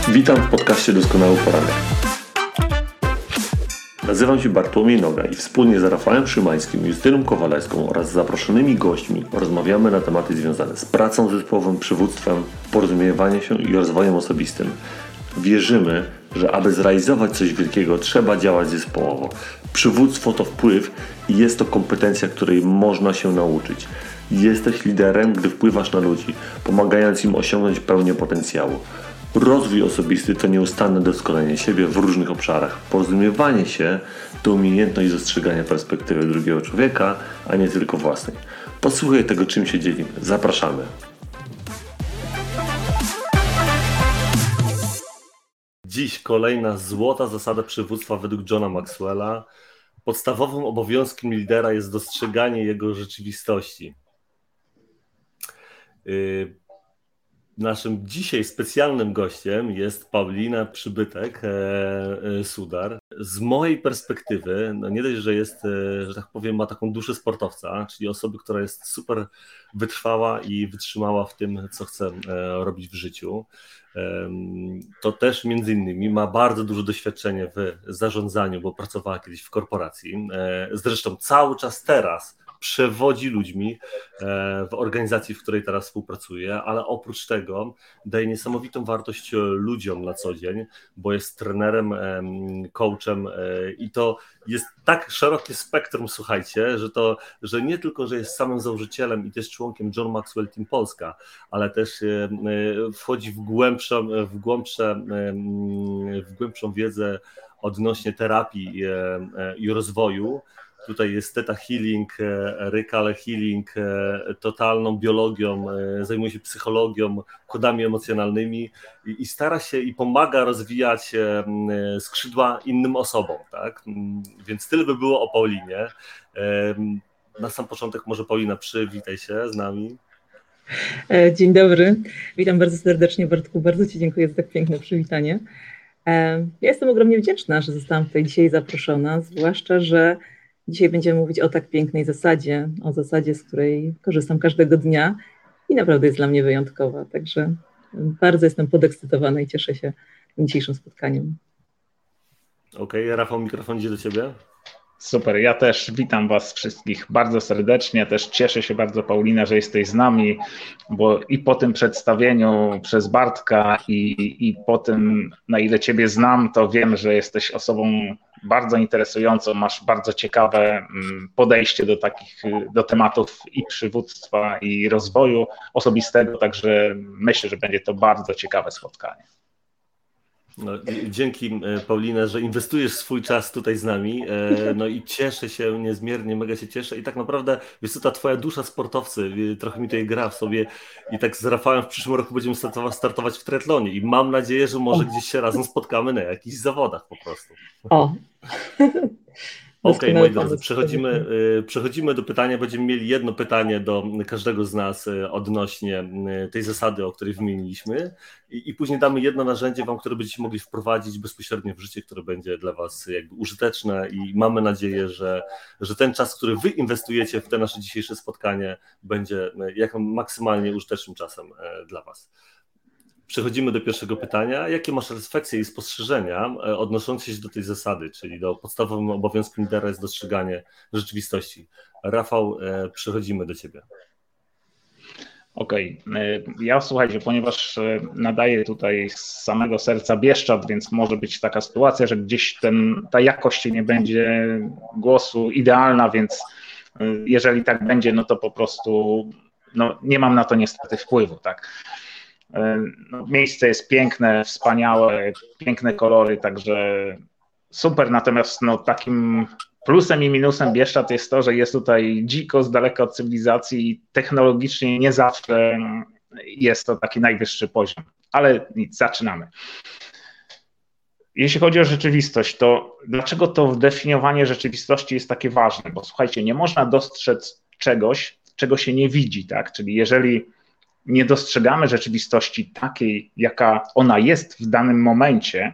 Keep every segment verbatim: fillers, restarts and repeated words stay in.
Witam w podcaście Doskonały Poranek. Nazywam się Bartłomiej Noga i wspólnie z Rafałem Szymańskim, Justyną Kowalewską oraz zaproszonymi gośćmi rozmawiamy na tematy związane z pracą zespołową, przywództwem, porozumiewaniem się i rozwojem osobistym. Wierzymy, że aby zrealizować coś wielkiego, trzeba działać zespołowo. Przywództwo to wpływ i jest to kompetencja, której można się nauczyć. Jesteś liderem, gdy wpływasz na ludzi, pomagając im osiągnąć pełnię potencjału. Rozwój osobisty to nieustanne doskonalenie siebie w różnych obszarach. Porozumiewanie się to umiejętność dostrzegania perspektywy drugiego człowieka, a nie tylko własnej. Posłuchaj tego, czym się dzielimy. Zapraszamy. Dziś kolejna złota zasada przywództwa według Johna Maxwella. Podstawowym obowiązkiem lidera jest dostrzeganie jego rzeczywistości. Yy... Naszym dzisiaj specjalnym gościem jest Paulina Przybytek-Sudar. Z mojej perspektywy, no nie dość, że jest, że tak powiem, ma taką duszę sportowca, czyli osoby, która jest super wytrwała i wytrzymała w tym, co chce robić w życiu, to też między innymi ma bardzo duże doświadczenie w zarządzaniu, bo pracowała kiedyś w korporacji. Zresztą cały czas teraz przewodzi ludźmi w organizacji, w której teraz współpracuje, ale oprócz tego daje niesamowitą wartość ludziom na co dzień, bo jest trenerem, coachem i to jest tak szerokie spektrum, słuchajcie, że to, że nie tylko, że jest samym założycielem i też członkiem John Maxwell Team Polska, ale też wchodzi w głębszą, w głębsze, w głębszą wiedzę odnośnie terapii i rozwoju. Tutaj jest Theta Healing, Rykale Healing, totalną biologią, zajmuje się psychologią, kodami emocjonalnymi i, i stara się i pomaga rozwijać skrzydła innym osobom, tak? Więc tyle by było o Paulinie. Na sam początek może Paulina, przywitaj się z nami. Dzień dobry, witam bardzo serdecznie Bartku, bardzo Ci dziękuję za tak piękne przywitanie. Ja jestem ogromnie wdzięczna, że zostałam tutaj dzisiaj zaproszona, zwłaszcza, że dzisiaj będziemy mówić o tak pięknej zasadzie, o zasadzie, z której korzystam każdego dnia i naprawdę jest dla mnie wyjątkowa. Także bardzo jestem podekscytowana i cieszę się tym dzisiejszym spotkaniem. Okej, okay, Rafał, mikrofon idzie do Ciebie. Super, ja też witam Was wszystkich bardzo serdecznie, też cieszę się bardzo, Paulina, że jesteś z nami, bo i po tym przedstawieniu przez Bartka i, i po tym, na ile Ciebie znam, to wiem, że jesteś osobą bardzo interesującą, masz bardzo ciekawe podejście do takich, do tematów i przywództwa, i rozwoju osobistego, także myślę, że będzie to bardzo ciekawe spotkanie. No, dzięki, Paulina, że inwestujesz swój czas tutaj z nami, no i cieszę się niezmiernie, mega się cieszę i tak naprawdę, wiesz co, ta twoja dusza sportowcy trochę mi tutaj gra w sobie i tak z Rafałem w przyszłym roku będziemy startować w triatlonie i mam nadzieję, że może gdzieś się razem spotkamy na jakichś zawodach po prostu. O. Okej, okay, moi drodzy, przechodzimy, przechodzimy do pytania. Będziemy mieli jedno pytanie do każdego z nas odnośnie tej zasady, o której wymieniliśmy i, i później damy jedno narzędzie Wam, które będziecie mogli wprowadzić bezpośrednio w życie, które będzie dla Was jakby użyteczne i mamy nadzieję, że, że ten czas, który Wy inwestujecie w te nasze dzisiejsze spotkanie, będzie jak maksymalnie użytecznym czasem dla Was. Przechodzimy do pierwszego pytania. Jakie masz refleksje i spostrzeżenia odnoszące się do tej zasady, czyli do podstawowym obowiązkiem lidera jest dostrzeganie rzeczywistości? Rafał, przechodzimy do Ciebie. Okej, okay. Ja słuchajcie, ponieważ nadaję tutaj z samego serca Bieszczad, więc może być taka sytuacja, że gdzieś ten, ta jakość nie będzie głosu idealna, więc jeżeli tak będzie, no to po prostu no, nie mam na to niestety wpływu, tak. No, miejsce jest piękne, wspaniałe, piękne kolory, także super, natomiast no, takim plusem i minusem Bieszczad jest to, że jest tutaj dziko, z daleka od cywilizacji i technologicznie nie zawsze jest to taki najwyższy poziom, ale nic, zaczynamy. Jeśli chodzi o rzeczywistość, to dlaczego to definiowanie rzeczywistości jest takie ważne? Bo słuchajcie, nie można dostrzec czegoś, czego się nie widzi, tak? Czyli jeżeli nie dostrzegamy rzeczywistości takiej, jaka ona jest w danym momencie,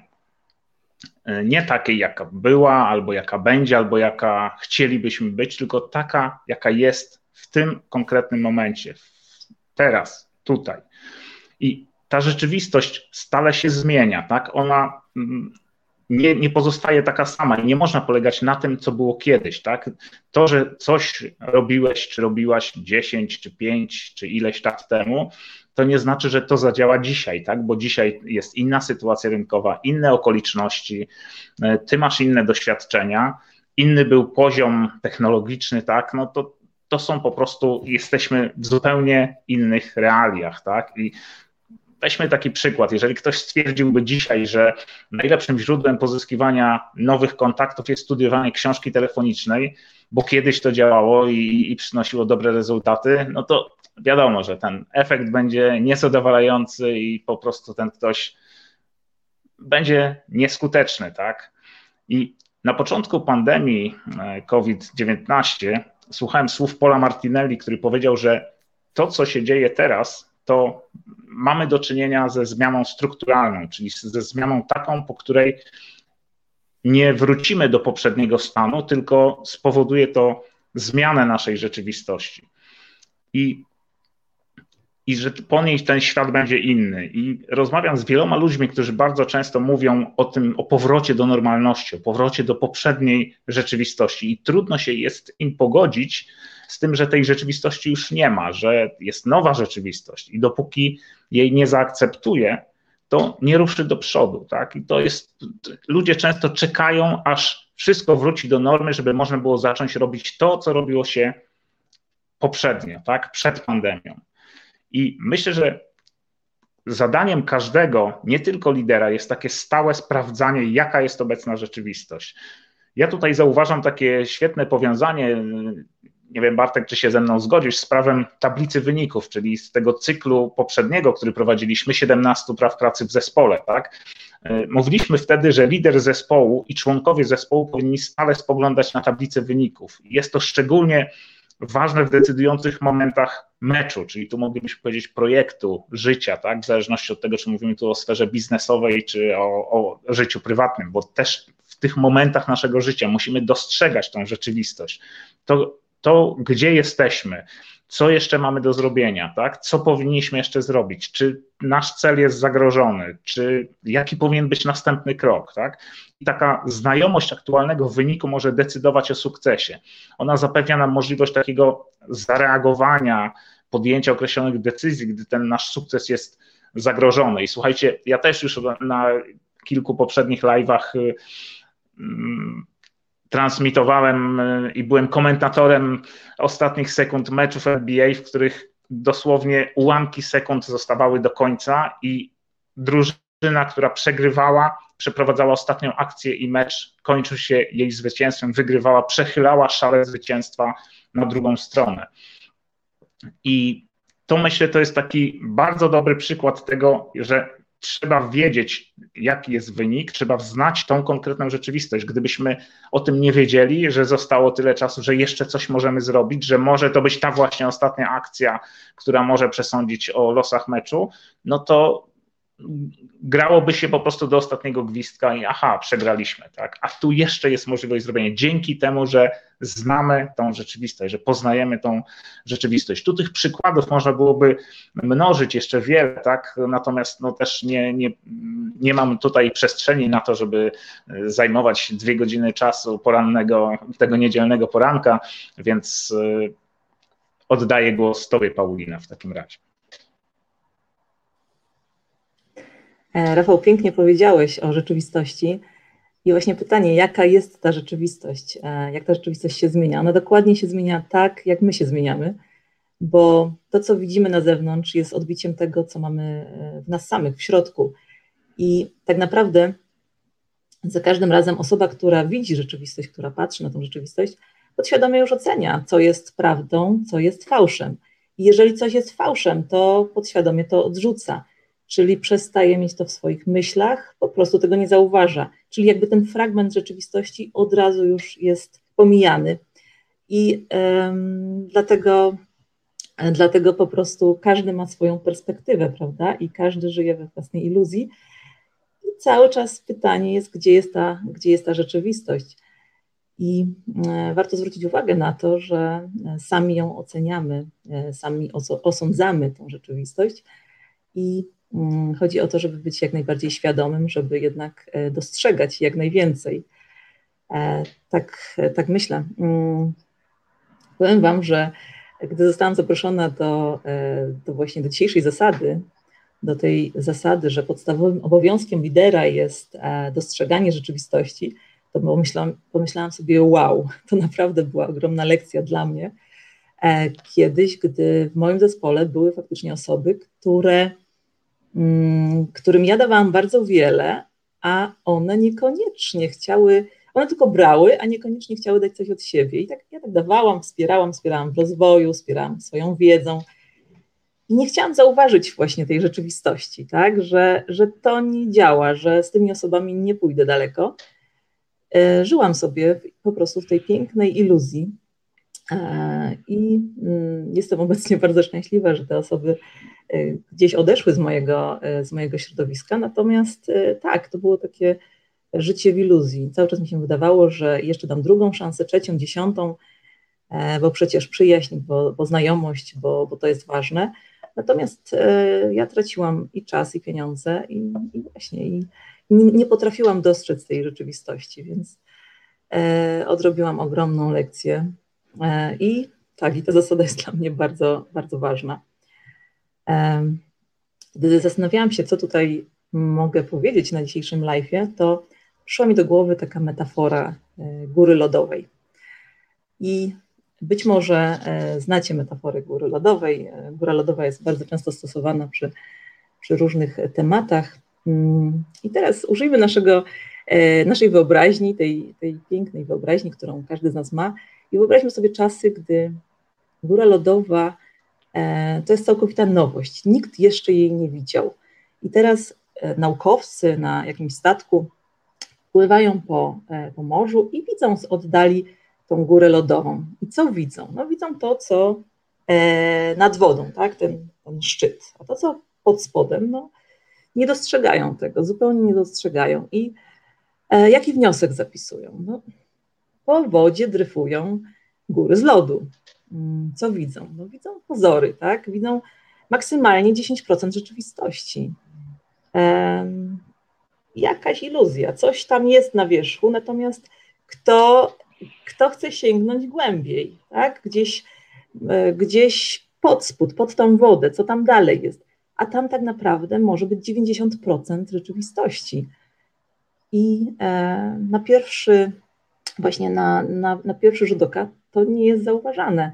nie takiej, jaka była, albo jaka będzie, albo jaka chcielibyśmy być, tylko taka, jaka jest w tym konkretnym momencie, teraz, tutaj. I ta rzeczywistość stale się zmienia, tak? Ona nie, nie pozostaje taka sama i nie można polegać na tym, co było kiedyś, tak? To, że coś robiłeś, czy robiłaś dziesięć, czy pięć, czy ileś lat temu, to nie znaczy, że to zadziała dzisiaj, tak? Bo dzisiaj jest inna sytuacja rynkowa, inne okoliczności, ty masz inne doświadczenia, inny był poziom technologiczny, tak? No to, to są po prostu, jesteśmy w zupełnie innych realiach, tak? I weźmy taki przykład. Jeżeli ktoś stwierdziłby dzisiaj, że najlepszym źródłem pozyskiwania nowych kontaktów jest studiowanie książki telefonicznej, bo kiedyś to działało i, i przynosiło dobre rezultaty, no to wiadomo, że ten efekt będzie niezadowalający i po prostu ten ktoś będzie nieskuteczny, tak? I na początku pandemii COVID dziewiętnaście słuchałem słów Paula Martinelli, który powiedział, że to, co się dzieje teraz, to mamy do czynienia ze zmianą strukturalną, czyli ze zmianą taką, po której nie wrócimy do poprzedniego stanu, tylko spowoduje to zmianę naszej rzeczywistości. I, i że po niej ten świat będzie inny. I rozmawiam z wieloma ludźmi, którzy bardzo często mówią o tym, o powrocie do normalności, o powrocie do poprzedniej rzeczywistości. I trudno się jest im pogodzić z tym, że tej rzeczywistości już nie ma, że jest nowa rzeczywistość i dopóki jej nie zaakceptuje, to nie ruszy do przodu, tak? I to jest, ludzie często czekają, aż wszystko wróci do normy, żeby można było zacząć robić to, co robiło się poprzednio, tak? Przed pandemią. I myślę, że zadaniem każdego, nie tylko lidera, jest takie stałe sprawdzanie, jaka jest obecna rzeczywistość. Ja tutaj zauważam takie świetne powiązanie, nie wiem, Bartek, czy się ze mną zgodzisz, z prawem tablicy wyników, czyli z tego cyklu poprzedniego, który prowadziliśmy, siedemnastu praw pracy w zespole, tak? Mówiliśmy wtedy, że lider zespołu i członkowie zespołu powinni stale spoglądać na tablicę wyników. Jest to szczególnie ważne w decydujących momentach meczu, czyli tu moglibyśmy powiedzieć projektu, życia, tak? W zależności od tego, czy mówimy tu o sferze biznesowej, czy o, o życiu prywatnym, bo też w tych momentach naszego życia musimy dostrzegać tą rzeczywistość. To To, gdzie jesteśmy, co jeszcze mamy do zrobienia, tak? Co powinniśmy jeszcze zrobić, czy nasz cel jest zagrożony, czy jaki powinien być następny krok, tak? I taka znajomość aktualnego wyniku może decydować o sukcesie. Ona zapewnia nam możliwość takiego zareagowania, podjęcia określonych decyzji, gdy ten nasz sukces jest zagrożony. I słuchajcie, ja też już na kilku poprzednich live'ach hmm, transmitowałem i byłem komentatorem ostatnich sekund meczów N B A, w których dosłownie ułamki sekund zostawały do końca i drużyna, która przegrywała, przeprowadzała ostatnią akcję i mecz kończył się jej zwycięstwem, wygrywała, przechylała szale zwycięstwa na drugą stronę. I to, myślę, to jest taki bardzo dobry przykład tego, że trzeba wiedzieć, jaki jest wynik, trzeba znać tą konkretną rzeczywistość. Gdybyśmy o tym nie wiedzieli, że zostało tyle czasu, że jeszcze coś możemy zrobić, że może to być ta właśnie ostatnia akcja, która może przesądzić o losach meczu, no to grałoby się po prostu do ostatniego gwizdka i aha, przegraliśmy, tak? A tu jeszcze jest możliwość zrobienia dzięki temu, że znamy tą rzeczywistość, że poznajemy tą rzeczywistość. Tu tych przykładów można byłoby mnożyć jeszcze wiele, tak? Natomiast no też nie, nie, nie mam tutaj przestrzeni na to, żeby zajmować dwie godziny czasu porannego, tego niedzielnego poranka, więc oddaję głos Tobie, Paulina, w takim razie. Rafał, pięknie powiedziałeś o rzeczywistości i właśnie pytanie, jaka jest ta rzeczywistość, jak ta rzeczywistość się zmienia? Ona dokładnie się zmienia tak, jak my się zmieniamy, bo to, co widzimy na zewnątrz, jest odbiciem tego, co mamy w nas samych, w środku. I tak naprawdę za każdym razem osoba, która widzi rzeczywistość, która patrzy na tą rzeczywistość, podświadomie już ocenia, co jest prawdą, co jest fałszem. I jeżeli coś jest fałszem, to podświadomie to odrzuca. Czyli przestaje mieć to w swoich myślach, po prostu tego nie zauważa. Czyli jakby ten fragment rzeczywistości od razu już jest pomijany. I um, dlatego, dlatego po prostu każdy ma swoją perspektywę, prawda? I każdy żyje we własnej iluzji. I cały czas pytanie jest, gdzie jest ta, gdzie jest ta rzeczywistość. I e, warto zwrócić uwagę na to, że sami ją oceniamy, e, sami oso- osądzamy tą rzeczywistość. I Chodzi o to, żeby być jak najbardziej świadomym, żeby jednak dostrzegać jak najwięcej. Tak, tak myślę. Powiem Wam, że gdy zostałam zaproszona do, do właśnie do dzisiejszej zasady, do tej zasady, że podstawowym obowiązkiem lidera jest dostrzeganie rzeczywistości, to pomyślałam, pomyślałam sobie, wow, to naprawdę była ogromna lekcja dla mnie. Kiedyś, gdy w moim zespole były faktycznie osoby, które, którym ja dawałam bardzo wiele, a one niekoniecznie chciały, one tylko brały, a niekoniecznie chciały dać coś od siebie. I tak ja tak dawałam, wspierałam, wspierałam w rozwoju, wspierałam swoją wiedzą. I nie chciałam zauważyć właśnie tej rzeczywistości, tak, że, że to nie działa, że z tymi osobami nie pójdę daleko. Żyłam sobie po prostu w tej pięknej iluzji i jestem obecnie bardzo szczęśliwa, że te osoby gdzieś odeszły z mojego, z mojego środowiska, natomiast tak, to było takie życie w iluzji. Cały czas mi się wydawało, że jeszcze dam drugą szansę, trzecią, dziesiątą, bo przecież przyjaźń, bo, bo znajomość, bo, bo to jest ważne. Natomiast ja traciłam i czas, i pieniądze, i, i właśnie i nie, nie potrafiłam dostrzec tej rzeczywistości, więc odrobiłam ogromną lekcję. I tak, i ta zasada jest dla mnie bardzo, bardzo ważna. Gdy zastanawiałam się, co tutaj mogę powiedzieć na dzisiejszym live'ie, to przyszła mi do głowy taka metafora góry lodowej. I być może znacie metaforę góry lodowej. Góra lodowa jest bardzo często stosowana przy, przy różnych tematach. I teraz użyjmy naszego, naszej wyobraźni, tej, tej pięknej wyobraźni, którą każdy z nas ma, i wyobraźmy sobie czasy, gdy góra lodowa to jest całkowita nowość. Nikt jeszcze jej nie widział. I teraz naukowcy na jakimś statku pływają po, po morzu i widzą z oddali tą górę lodową. I co widzą? No widzą to, co nad wodą, tak? ten, ten szczyt. A to, co pod spodem, no nie dostrzegają tego, zupełnie nie dostrzegają. I jaki wniosek zapisują? No, po wodzie dryfują góry z lodu. Co widzą? No widzą pozory, tak? Widzą maksymalnie dziesięć procent rzeczywistości. Um, jakaś iluzja, coś tam jest na wierzchu, natomiast kto, kto chce sięgnąć głębiej, tak? Gdzieś, gdzieś pod spód, pod tą wodę, co tam dalej jest, a tam tak naprawdę może być dziewięćdziesiąt procent rzeczywistości. I e, na pierwszy, właśnie na, na, na pierwszy rzut oka to nie jest zauważane.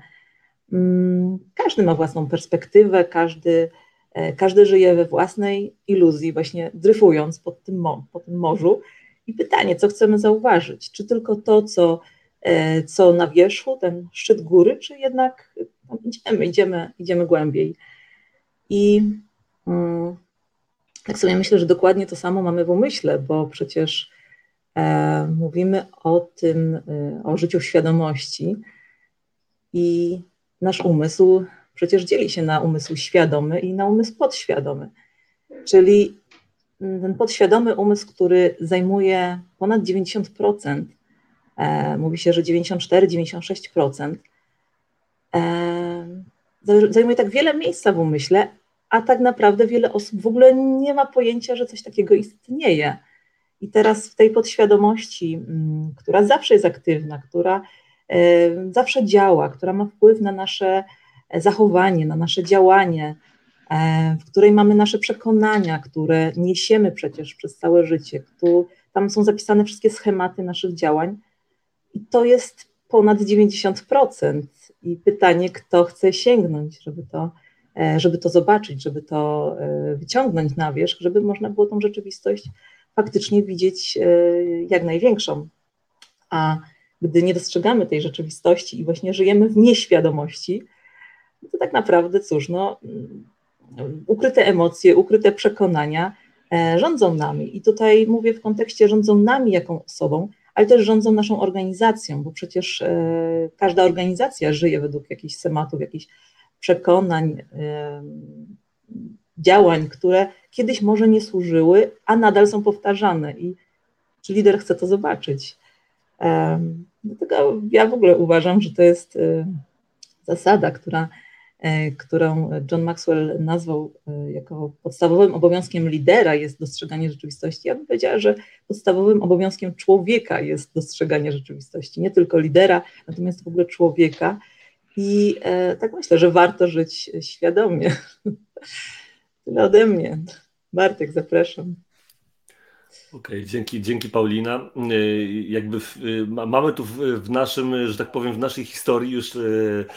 Każdy ma własną perspektywę, każdy, każdy żyje we własnej iluzji, właśnie dryfując po tym, po tym morzu. I pytanie, co chcemy zauważyć? Czy tylko to, co, co na wierzchu, ten szczyt góry, czy jednak tam idziemy, idziemy, idziemy głębiej? I um, tak sobie myślę, że dokładnie to samo mamy w umyśle, bo przecież e, mówimy o tym, e, o życiu w świadomości i nasz umysł przecież dzieli się na umysł świadomy i na umysł podświadomy. Czyli ten podświadomy umysł, który zajmuje ponad dziewięćdziesiąt procent, e, mówi się, że dziewięćdziesiąt cztery do dziewięćdziesięciu sześciu procent, e, zajmuje tak wiele miejsca w umyśle, a tak naprawdę wiele osób w ogóle nie ma pojęcia, że coś takiego istnieje. I teraz w tej podświadomości, m, która zawsze jest aktywna, która zawsze działa, która ma wpływ na nasze zachowanie, na nasze działanie, w której mamy nasze przekonania, które niesiemy przecież przez całe życie. Tam są zapisane wszystkie schematy naszych działań i to jest ponad dziewięćdziesiąt procent. I pytanie, kto chce sięgnąć, żeby to, żeby to zobaczyć, żeby to wyciągnąć na wierzch, żeby można było tą rzeczywistość faktycznie widzieć jak największą. A gdy nie dostrzegamy tej rzeczywistości i właśnie żyjemy w nieświadomości, to tak naprawdę cóż, no, ukryte emocje, ukryte przekonania rządzą nami. I tutaj mówię w kontekście rządzą nami jaką osobą, ale też rządzą naszą organizacją, bo przecież każda organizacja żyje według jakichś schematów, jakichś przekonań, działań, które kiedyś może nie służyły, a nadal są powtarzane. I czy lider chce to zobaczyć? Dlatego ja w ogóle uważam, że to jest zasada, która którą John Maxwell nazwał jako podstawowym obowiązkiem lidera jest dostrzeganie rzeczywistości. Ja bym powiedziała, że podstawowym obowiązkiem człowieka jest dostrzeganie rzeczywistości, nie tylko lidera, natomiast w ogóle człowieka. I tak myślę, że warto żyć świadomie. Tyle ode mnie. Bartek, zapraszam. Okej, okay, dzięki, dzięki Paulina. Jakby w, mamy tu w, w naszym, że tak powiem, w naszej historii już e,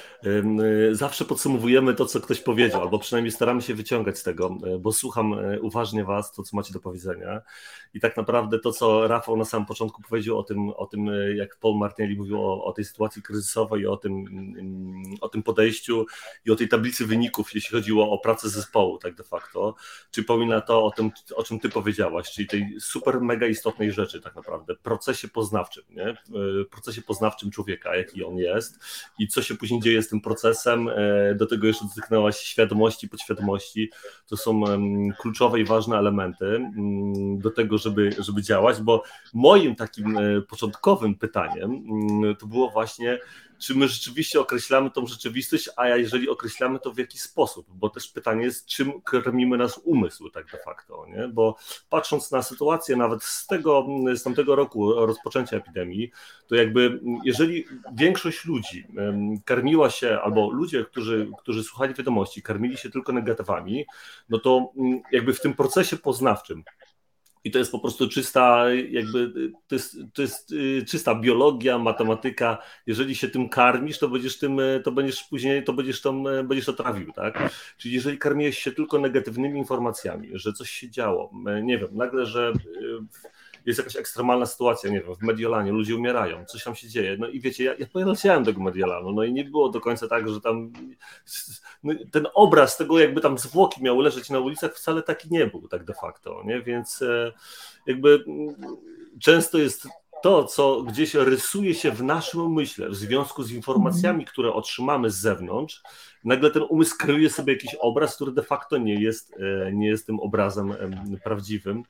e, zawsze podsumowujemy to, co ktoś powiedział, albo przynajmniej staramy się wyciągać z tego, bo słucham uważnie was, to, co macie do powiedzenia. I tak naprawdę to, co Rafał na samym początku powiedział o tym, o tym jak Paul Martinelli mówił o, o tej sytuacji kryzysowej, o tym, o tym podejściu i o tej tablicy wyników, jeśli chodziło o pracę zespołu, tak de facto. Czy Paulina to o tym, o czym ty powiedziałaś, czyli tej super mega istotnej rzeczy tak naprawdę, procesie poznawczym, nie? Procesie poznawczym człowieka, jaki on jest i co się później dzieje z tym procesem, do tego jeszcze dotknęłaś świadomości, podświadomości, to są kluczowe i ważne elementy do tego, żeby, żeby działać, bo moim takim początkowym pytaniem to było właśnie, czy my rzeczywiście określamy tą rzeczywistość, a jeżeli określamy, to w jaki sposób, bo też pytanie jest, czym karmimy nasz umysł tak de facto, nie? Bo patrząc na sytuację nawet z tego, z tamtego roku rozpoczęcia epidemii, to jakby jeżeli większość ludzi karmiła się, albo ludzie, którzy, którzy słuchali wiadomości, karmili się tylko negatywami, no to jakby w tym procesie poznawczym, i to jest po prostu czysta, jakby, to jest, to jest czysta biologia, matematyka. Jeżeli się tym karmisz, to będziesz tym, to będziesz później, to będziesz tam, będziesz to trawił, tak? Czyli jeżeli karmiłeś się tylko negatywnymi informacjami, że coś się działo, nie wiem, nagle, że jest jakaś ekstremalna sytuacja, nie wiem, w Mediolanie ludzie umierają, coś tam się dzieje, no i wiecie, ja, ja poleciałem tego Mediolanu, no i nie było do końca tak, że tam no, ten obraz tego, jakby tam zwłoki miały leżeć na ulicach, wcale taki nie był, tak de facto, nie, więc jakby często jest to, co gdzieś rysuje się w naszym umyśle w związku z informacjami, które otrzymamy z zewnątrz, nagle ten umysł kreuje sobie jakiś obraz, który de facto nie jest, nie jest tym obrazem prawdziwym.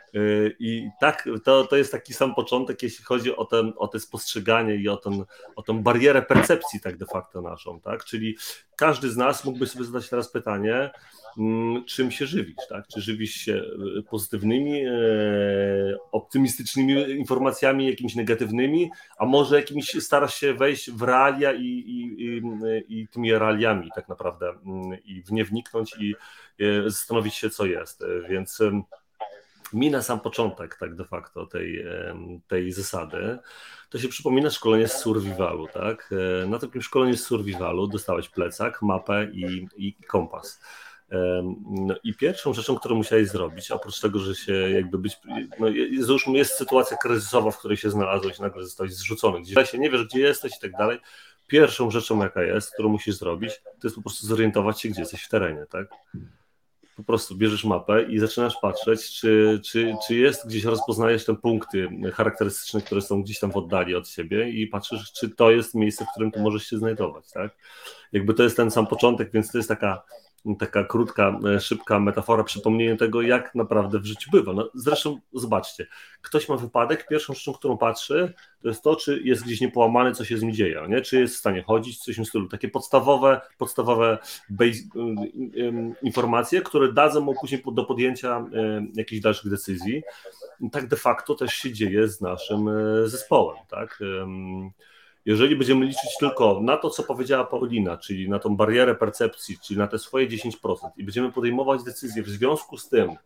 I tak, to, to jest taki sam początek, jeśli chodzi o, ten, o te spostrzeganie i o, ten, o tą barierę percepcji tak de facto naszą, tak? Czyli każdy z nas mógłby sobie zadać teraz pytanie, czym się żywisz, tak? Czy żywisz się pozytywnymi, optymistycznymi informacjami, jakimiś negatywnymi, a może jakimiś starasz się wejść w realia i, i, i, i tymi realiami tak naprawdę i w nie wniknąć i zastanowić się, co jest, więc mi na sam początek tak de facto tej, tej zasady, to się przypomina szkolenie z survivalu, tak? Na takim szkoleniu z survivalu dostałeś plecak, mapę i, i kompas. No i pierwszą rzeczą, którą musiałeś zrobić, oprócz tego, że się jakby być, no załóżmy jest sytuacja kryzysowa, w której się znalazłeś, nagle zostałeś zrzucony, gdzieś się nie wiesz, gdzie jesteś i tak dalej, pierwszą rzeczą, jaka jest, którą musisz zrobić, to jest po prostu zorientować się, gdzie jesteś w terenie, tak? Po prostu bierzesz mapę i zaczynasz patrzeć, czy, czy, czy jest gdzieś, rozpoznajesz te punkty charakterystyczne, które są gdzieś tam w oddali od siebie i patrzysz, czy to jest miejsce, w którym tu możesz się znajdować, tak? Jakby to jest ten sam początek, więc to jest taka taka krótka, szybka metafora, przypomnienie tego, jak naprawdę w życiu bywa. No, zresztą zobaczcie, ktoś ma wypadek, pierwszą rzeczą, którą patrzy, to jest to, czy jest gdzieś niepołamany, co się z nim dzieje, nie? Czy jest w stanie chodzić, coś w tym stylu. Takie podstawowe, podstawowe base, informacje, które dadzą mu później do podjęcia jakichś dalszych decyzji. Tak de facto też się dzieje z naszym zespołem, tak? Jeżeli będziemy liczyć tylko na to, co powiedziała Paulina, czyli na tą barierę percepcji, czyli na te swoje dziesięć procent i będziemy podejmować decyzje w związku z tym,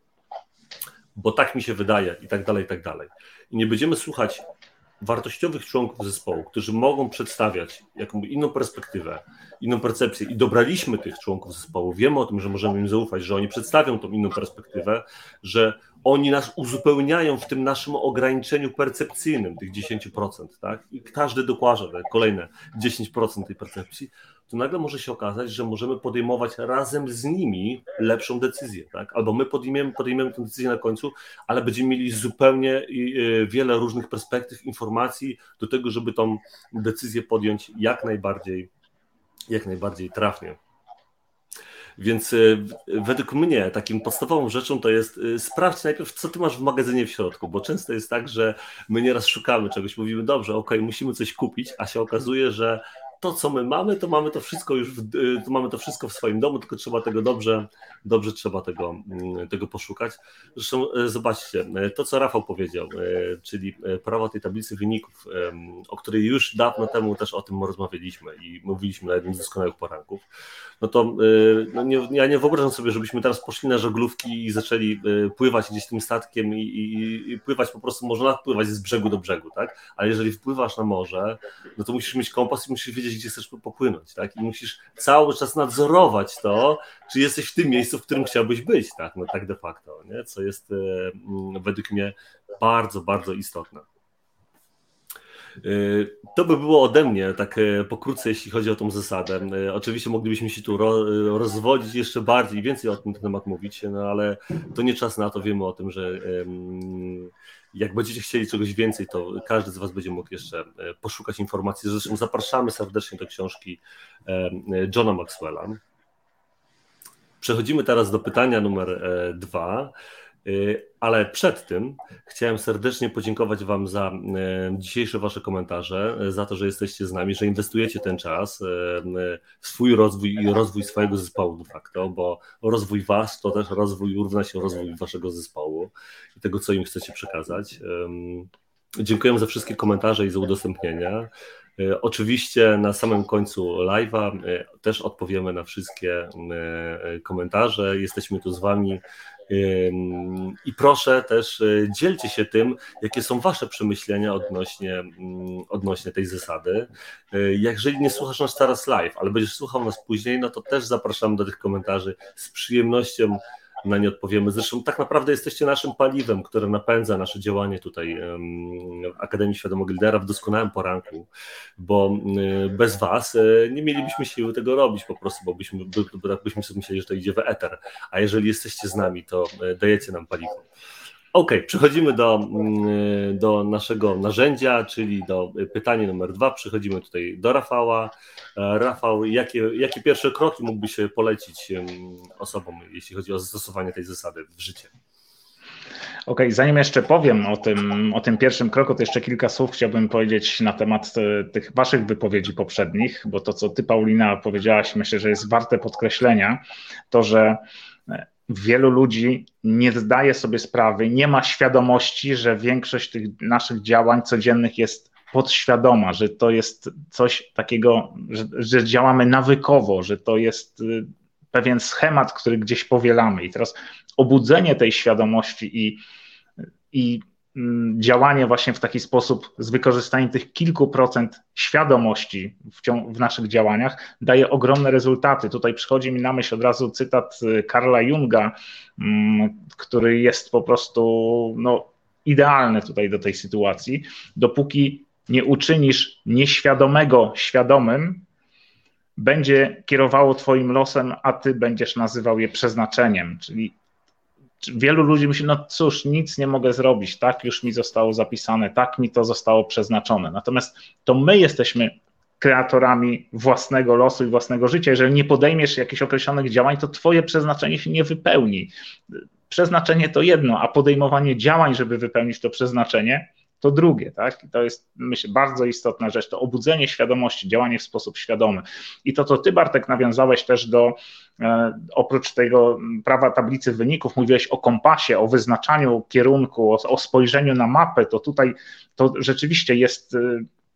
bo tak mi się wydaje i tak dalej, i tak dalej, i nie będziemy słuchać wartościowych członków zespołu, którzy mogą przedstawiać jakąś inną perspektywę, inną percepcję i dobraliśmy tych członków zespołu, wiemy o tym, że możemy im zaufać, że oni przedstawią tą inną perspektywę, że oni nas uzupełniają w tym naszym ograniczeniu percepcyjnym, tych dziesięć procent, tak? I każdy dokłada kolejne dziesięć procent tej percepcji, to nagle może się okazać, że możemy podejmować razem z nimi lepszą decyzję, tak? Albo my podejmiemy, podejmiemy tę decyzję na końcu, ale będziemy mieli zupełnie wiele różnych perspektyw, informacji do tego, żeby tą decyzję podjąć jak najbardziej, jak najbardziej trafnie. Więc według mnie takim podstawową rzeczą to jest sprawdź najpierw, co ty masz w magazynie w środku, bo często jest tak, że my nieraz szukamy czegoś, mówimy dobrze, okej, musimy coś kupić, a się okazuje, że to, co my mamy, to mamy to wszystko już, w, to mamy to wszystko w swoim domu, tylko trzeba tego dobrze, dobrze trzeba tego, tego poszukać. Zresztą zobaczcie, to co Rafał powiedział, czyli prawa tej tablicy wyników, o której już dawno temu też o tym rozmawialiśmy i mówiliśmy na jednym z doskonałych poranków, no to no nie, ja nie wyobrażam sobie, żebyśmy teraz poszli na żaglówki i zaczęli pływać gdzieś tym statkiem i, i, i pływać po prostu, można pływać z brzegu do brzegu, tak? Ale jeżeli wpływasz na morze, no to musisz mieć kompas i musisz wiedzieć, gdzie chcesz popłynąć, tak? I musisz cały czas nadzorować to, czy jesteś w tym miejscu, w którym chciałbyś być, tak? No tak de facto, nie? Co jest e, według mnie bardzo, bardzo istotne. To by było ode mnie, tak pokrótce, jeśli chodzi o tą zasadę. Oczywiście moglibyśmy się tu rozwodzić jeszcze bardziej, więcej o tym temat mówić, no ale to nie czas na to, wiemy o tym, że jak będziecie chcieli czegoś więcej, to każdy z Was będzie mógł jeszcze poszukać informacji. Zresztą zapraszamy serdecznie do książki Johna Maxwella. Przechodzimy teraz do pytania numer dwa. Ale przed tym chciałem serdecznie podziękować Wam za dzisiejsze Wasze komentarze, za to, że jesteście z nami, że inwestujecie ten czas w swój rozwój i rozwój swojego zespołu de facto, bo rozwój Was to też rozwój równa się rozwój Waszego zespołu i tego, co im chcecie przekazać. Dziękuję za wszystkie komentarze i za udostępnienia. Oczywiście na samym końcu live'a też odpowiemy na wszystkie komentarze. Jesteśmy tu z Wami. I proszę też dzielcie się tym, jakie są Wasze przemyślenia odnośnie, odnośnie tej zasady. Jeżeli nie słuchasz nas teraz live, ale będziesz słuchał nas później, no to też zapraszamy do tych komentarzy. Z przyjemnością na nie odpowiemy. Zresztą tak naprawdę jesteście naszym paliwem, które napędza nasze działanie tutaj w Akademii Świadomego Lidera w doskonałym poranku, bo bez Was nie mielibyśmy siły tego robić po prostu, bo byśmy, by, byśmy sobie myśleli, że to idzie w eter, a jeżeli jesteście z nami, to dajecie nam paliwo. Ok, przechodzimy do, do naszego narzędzia, czyli do pytania numer dwa. Przechodzimy tutaj do Rafała. Rafał, jakie, jakie pierwsze kroki mógłbyś polecić osobom, jeśli chodzi o zastosowanie tej zasady w życie? Okej, okay, zanim jeszcze powiem o tym, o tym pierwszym kroku, to jeszcze kilka słów chciałbym powiedzieć na temat tych Waszych wypowiedzi poprzednich, bo to, co Ty, Paulina, powiedziałaś, myślę, że jest warte podkreślenia, to, że wielu ludzi nie zdaje sobie sprawy, nie ma świadomości, że większość tych naszych działań codziennych jest podświadoma, że to jest coś takiego, że, że działamy nawykowo, że to jest pewien schemat, który gdzieś powielamy. I teraz obudzenie tej świadomości i, i działanie właśnie w taki sposób z wykorzystaniem tych kilku procent świadomości w, ciągu, w naszych działaniach daje ogromne rezultaty. Tutaj przychodzi mi na myśl od razu cytat Carla Junga, który jest po prostu no, idealny tutaj do tej sytuacji. Dopóki nie uczynisz nieświadomego świadomym, będzie kierowało twoim losem, a ty będziesz nazywał je przeznaczeniem, czyli wielu ludzi myśli, no cóż, nic nie mogę zrobić, tak już mi zostało zapisane, tak mi to zostało przeznaczone. Natomiast to my jesteśmy kreatorami własnego losu i własnego życia. Jeżeli nie podejmiesz jakichś określonych działań, to twoje przeznaczenie się nie wypełni. Przeznaczenie to jedno, a podejmowanie działań, żeby wypełnić to przeznaczenie, to drugie, tak? I to jest, myślę, bardzo istotna rzecz, to obudzenie świadomości, działanie w sposób świadomy. I to, co ty, Bartek, nawiązałeś też do, e, oprócz tego prawa tablicy wyników, mówiłeś o kompasie, o wyznaczaniu kierunku, o, o spojrzeniu na mapę, to tutaj to rzeczywiście jest... E,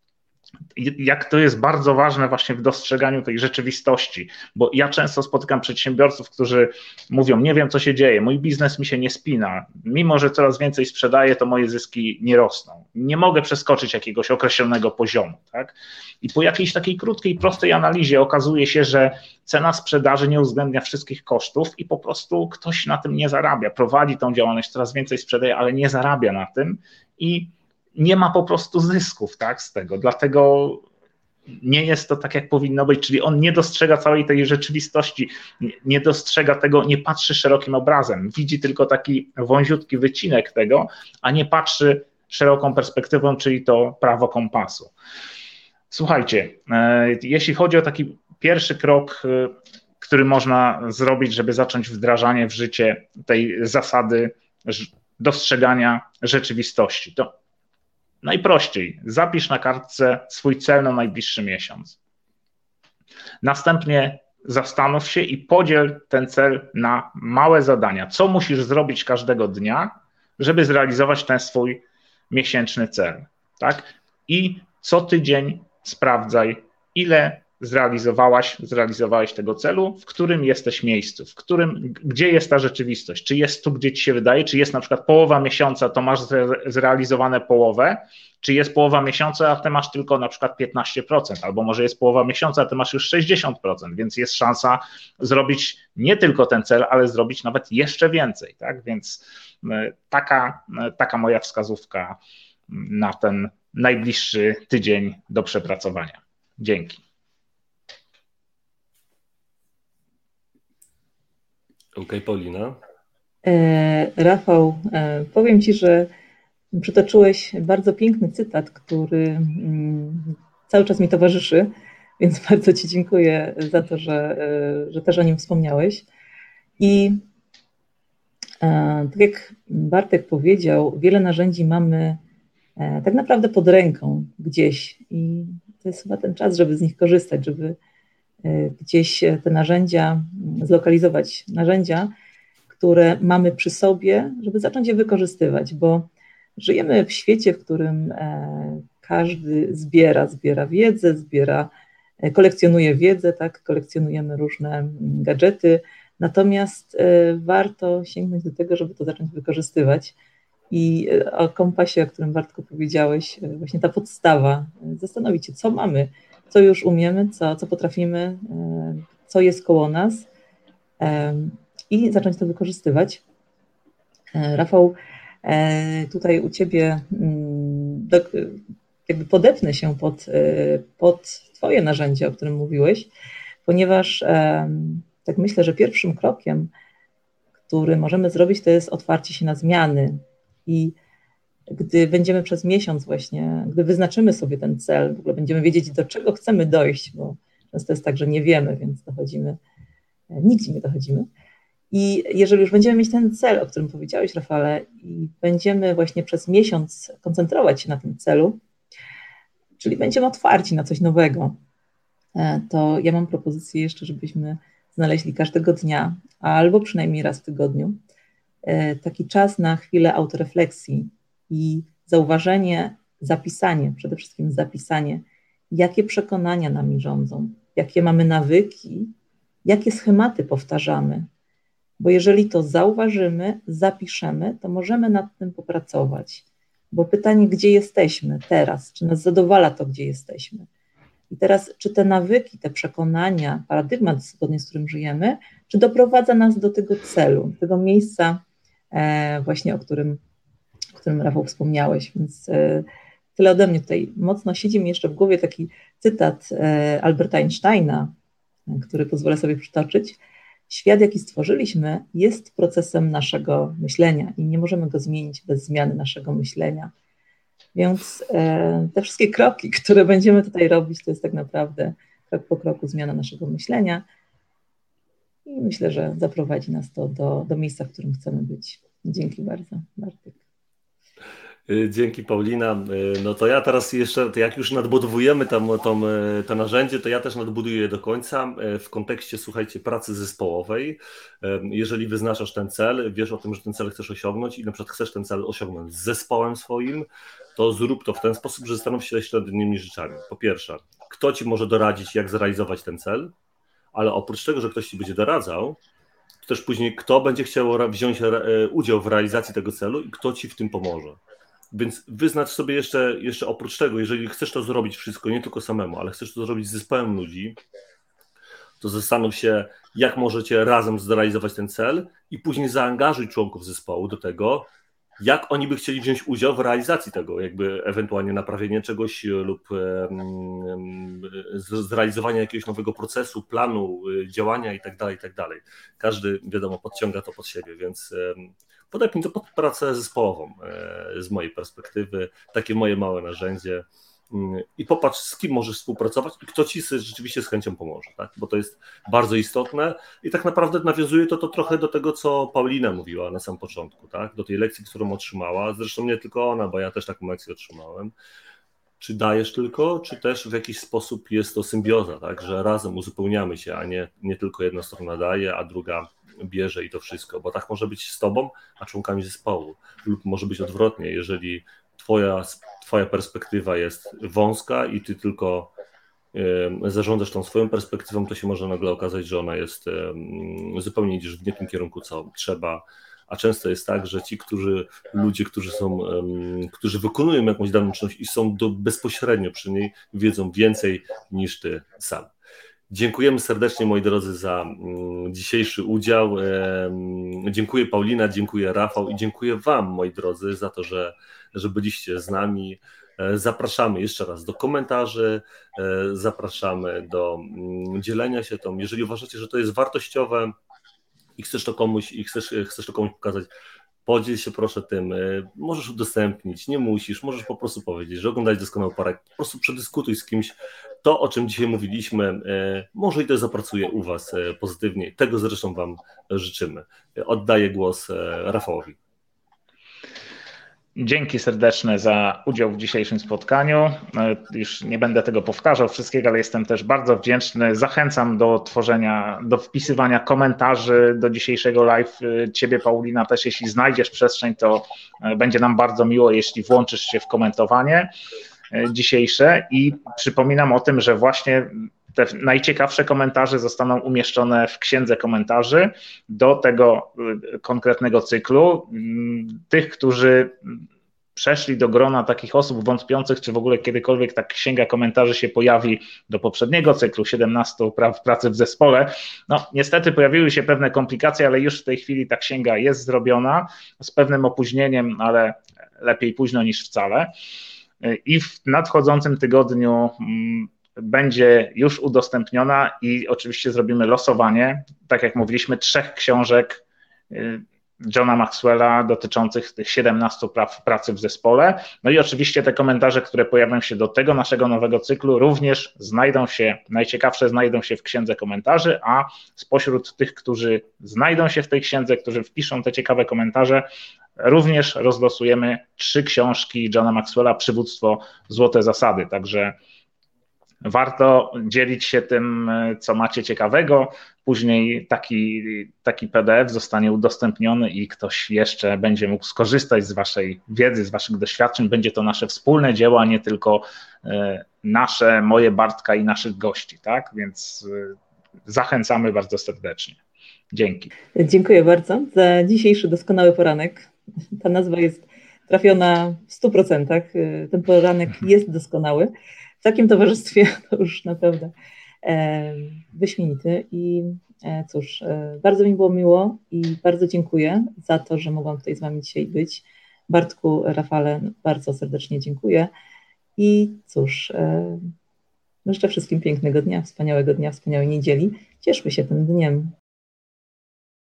jak to jest bardzo ważne właśnie w dostrzeganiu tej rzeczywistości, bo ja często spotykam przedsiębiorców, którzy mówią, nie wiem co się dzieje, mój biznes mi się nie spina, mimo że coraz więcej sprzedaję, to moje zyski nie rosną, nie mogę przeskoczyć jakiegoś określonego poziomu, tak? I po jakiejś takiej krótkiej, prostej analizie okazuje się, że cena sprzedaży nie uwzględnia wszystkich kosztów i po prostu ktoś na tym nie zarabia, prowadzi tą działalność, coraz więcej sprzedaje, ale nie zarabia na tym i nie ma po prostu zysków, tak, z tego, dlatego nie jest to tak, jak powinno być, czyli on nie dostrzega całej tej rzeczywistości, nie dostrzega tego, nie patrzy szerokim obrazem, widzi tylko taki wąziutki wycinek tego, a nie patrzy szeroką perspektywą, czyli to prawo kompasu. Słuchajcie, jeśli chodzi o taki pierwszy krok, który można zrobić, żeby zacząć wdrażanie w życie tej zasady dostrzegania rzeczywistości, to najprościej, zapisz na kartce swój cel na najbliższy miesiąc. Następnie zastanów się i podziel ten cel na małe zadania. Co musisz zrobić każdego dnia, żeby zrealizować ten swój miesięczny cel, tak? I co tydzień sprawdzaj, ile zrealizowałaś, zrealizowałeś tego celu, w którym jesteś miejscu, w którym, gdzie jest ta rzeczywistość, czy jest tu, gdzie ci się wydaje, czy jest na przykład połowa miesiąca, to masz zrealizowane połowę, czy jest połowa miesiąca, a ty masz tylko na przykład piętnaście procent, albo może jest połowa miesiąca, a ty masz już sześćdziesiąt procent, więc jest szansa zrobić nie tylko ten cel, ale zrobić nawet jeszcze więcej, tak? Więc taka, taka moja wskazówka na ten najbliższy tydzień do przepracowania. Dzięki. Okej, okay, Paulina. E, Rafał, e, powiem Ci, że przytoczyłeś bardzo piękny cytat, który mm, cały czas mi towarzyszy, więc bardzo Ci dziękuję za to, że, e, że też o nim wspomniałeś. I e, tak jak Bartek powiedział, wiele narzędzi mamy e, tak naprawdę pod ręką gdzieś i to jest chyba ten czas, żeby z nich korzystać, żeby gdzieś te narzędzia, zlokalizować narzędzia, które mamy przy sobie, żeby zacząć je wykorzystywać, bo żyjemy w świecie, w którym każdy zbiera, zbiera wiedzę, zbiera, kolekcjonuje wiedzę, tak, kolekcjonujemy różne gadżety, natomiast warto sięgnąć do tego, żeby to zacząć wykorzystywać. I o kompasie, o którym Bartku powiedziałeś, właśnie ta podstawa, zastanowić się, co mamy, co już umiemy, co, co potrafimy, co jest koło nas i zacząć to wykorzystywać. Rafał, tutaj u Ciebie jakby podepnę się pod, pod Twoje narzędzie, o którym mówiłeś, ponieważ tak myślę, że pierwszym krokiem, który możemy zrobić, to jest otwarcie się na zmiany i gdy będziemy przez miesiąc właśnie, gdy wyznaczymy sobie ten cel, w ogóle będziemy wiedzieć, do czego chcemy dojść, bo często jest tak, że nie wiemy, więc dochodzimy, nigdzie nie dochodzimy. I jeżeli już będziemy mieć ten cel, o którym powiedziałeś, Rafale, i będziemy właśnie przez miesiąc koncentrować się na tym celu, czyli będziemy otwarci na coś nowego, to ja mam propozycję jeszcze, żebyśmy znaleźli każdego dnia, albo przynajmniej raz w tygodniu, taki czas na chwilę autorefleksji i zauważenie, zapisanie, przede wszystkim zapisanie, jakie przekonania nami rządzą, jakie mamy nawyki, jakie schematy powtarzamy. Bo jeżeli to zauważymy, zapiszemy, to możemy nad tym popracować. Bo pytanie, gdzie jesteśmy teraz, czy nas zadowala to, gdzie jesteśmy. I teraz, czy te nawyki, te przekonania, paradygmat, zgodnie z którym żyjemy, czy doprowadza nas do tego celu, do tego miejsca e, właśnie, o którym, o którym Rafał wspomniałeś. Więc e, tyle ode mnie tutaj. Mocno siedzi mi jeszcze w głowie taki cytat e, Alberta Einsteina, e, który pozwolę sobie przytoczyć. Świat, jaki stworzyliśmy, jest procesem naszego myślenia i nie możemy go zmienić bez zmiany naszego myślenia. Więc e, te wszystkie kroki, które będziemy tutaj robić, to jest tak naprawdę krok po kroku zmiana naszego myślenia i myślę, że zaprowadzi nas to do, do miejsca, w którym chcemy być. Dzięki bardzo, Bartek. Dzięki, Paulina. No to ja teraz jeszcze, to jak już nadbudowujemy tam, tam, to narzędzie, to ja też nadbuduję je do końca w kontekście, słuchajcie, pracy zespołowej. Jeżeli wyznaczasz ten cel, wiesz o tym, że ten cel chcesz osiągnąć i na przykład chcesz ten cel osiągnąć z zespołem swoim, to zrób to w ten sposób, że zastanów się średnimi rzeczami. Po pierwsze, kto ci może doradzić, jak zrealizować ten cel, ale oprócz tego, że ktoś ci będzie doradzał, to też później kto będzie chciał wziąć udział w realizacji tego celu i kto ci w tym pomoże. Więc wyznacz sobie jeszcze, jeszcze oprócz tego, jeżeli chcesz to zrobić wszystko, nie tylko samemu, ale chcesz to zrobić z zespołem ludzi, to zastanów się, jak możecie razem zrealizować ten cel i później zaangażuj członków zespołu do tego, jak oni by chcieli wziąć udział w realizacji tego, jakby ewentualnie naprawienie czegoś lub um, zrealizowanie jakiegoś nowego procesu, planu, działania i tak dalej, i tak dalej. Każdy, wiadomo, podciąga to pod siebie, więc um, podepnij to pod pracę zespołową e, z mojej perspektywy, takie moje małe narzędzie um, i popatrz, z kim możesz współpracować i kto ci rzeczywiście z chęcią pomoże, tak? Bo to jest bardzo istotne i tak naprawdę nawiązuje to, to trochę do tego, co Paulina mówiła na samym początku, tak? Do tej lekcji, którą otrzymała, zresztą nie tylko ona, bo ja też taką lekcję otrzymałem. czy dajesz tylko, czy też w jakiś sposób jest to symbioza, tak, że razem uzupełniamy się, a nie, nie tylko jedna strona daje, a druga bierze i to wszystko, bo tak może być z tobą, a członkami zespołu, lub może być odwrotnie, jeżeli twoja, twoja perspektywa jest wąska i ty tylko y, zarządzasz tą swoją perspektywą, to się może nagle okazać, że ona jest y, zupełnie idziesz w nie tym kierunku, co trzeba. A często jest tak, że ci, którzy, ludzie, którzy są, um, którzy wykonują jakąś daną czynność i są do, bezpośrednio przy niej, wiedzą więcej niż ty sam. Dziękujemy serdecznie, moi drodzy, za um, dzisiejszy udział. Um, dziękuję Paulina, dziękuję Rafał i dziękuję wam, moi drodzy, za to, że, że byliście z nami. Zapraszamy jeszcze raz do komentarzy, zapraszamy do um, dzielenia się tą. Jeżeli uważacie, że to jest wartościowe, i chcesz to komuś, i chcesz, chcesz to komuś pokazać, podziel się proszę tym, możesz udostępnić, nie musisz, możesz po prostu powiedzieć, że oglądać doskonały parek, po prostu przedyskutuj z kimś to, o czym dzisiaj mówiliśmy, może i to zapracuje u was pozytywnie, tego zresztą wam życzymy. Oddaję głos Rafałowi. Dzięki serdeczne za udział w dzisiejszym spotkaniu. Już nie będę tego powtarzał wszystkiego, ale jestem też bardzo wdzięczny. Zachęcam do tworzenia, do wpisywania komentarzy do dzisiejszego live. Ciebie, Paulina, też jeśli znajdziesz przestrzeń, to będzie nam bardzo miło, jeśli włączysz się w komentowanie dzisiejsze. I przypominam o tym, że właśnie te najciekawsze komentarze zostaną umieszczone w księdze komentarzy do tego konkretnego cyklu. Tych, którzy przeszli do grona takich osób wątpiących, czy w ogóle kiedykolwiek ta księga komentarzy się pojawi, do poprzedniego cyklu siedemnastu praw pracy w zespole. No niestety pojawiły się pewne komplikacje, ale już w tej chwili ta księga jest zrobiona z pewnym opóźnieniem, ale lepiej późno niż wcale. I w nadchodzącym tygodniu będzie już udostępniona i oczywiście zrobimy losowanie, tak jak mówiliśmy, trzech książek Johna Maxwella dotyczących tych siedemnastu praw pracy w zespole. No i oczywiście te komentarze, które pojawią się do tego naszego nowego cyklu, również znajdą się, najciekawsze znajdą się w księdze komentarzy, a spośród tych, którzy znajdą się w tej księdze, którzy wpiszą te ciekawe komentarze, również rozlosujemy trzy książki Johna Maxwella, Przywództwo, Złote Zasady. Także warto dzielić się tym, co macie ciekawego. Później taki, taki P D F zostanie udostępniony i ktoś jeszcze będzie mógł skorzystać z waszej wiedzy, z waszych doświadczeń. Będzie to nasze wspólne dzieło, a nie tylko nasze, moje, Bartka i naszych gości, tak? Więc zachęcamy bardzo serdecznie. Dzięki. Dziękuję bardzo za dzisiejszy doskonały poranek. Ta nazwa jest trafiona w stu procentach. Ten poranek jest doskonały. W takim towarzystwie to już naprawdę e, wyśmienity i e, cóż, e, bardzo mi było miło i bardzo dziękuję za to, że mogłam tutaj z wami dzisiaj być. Bartku, Rafale, bardzo serdecznie dziękuję i cóż, e, życzę wszystkim pięknego dnia, wspaniałego dnia, wspaniałej niedzieli. Cieszmy się tym dniem,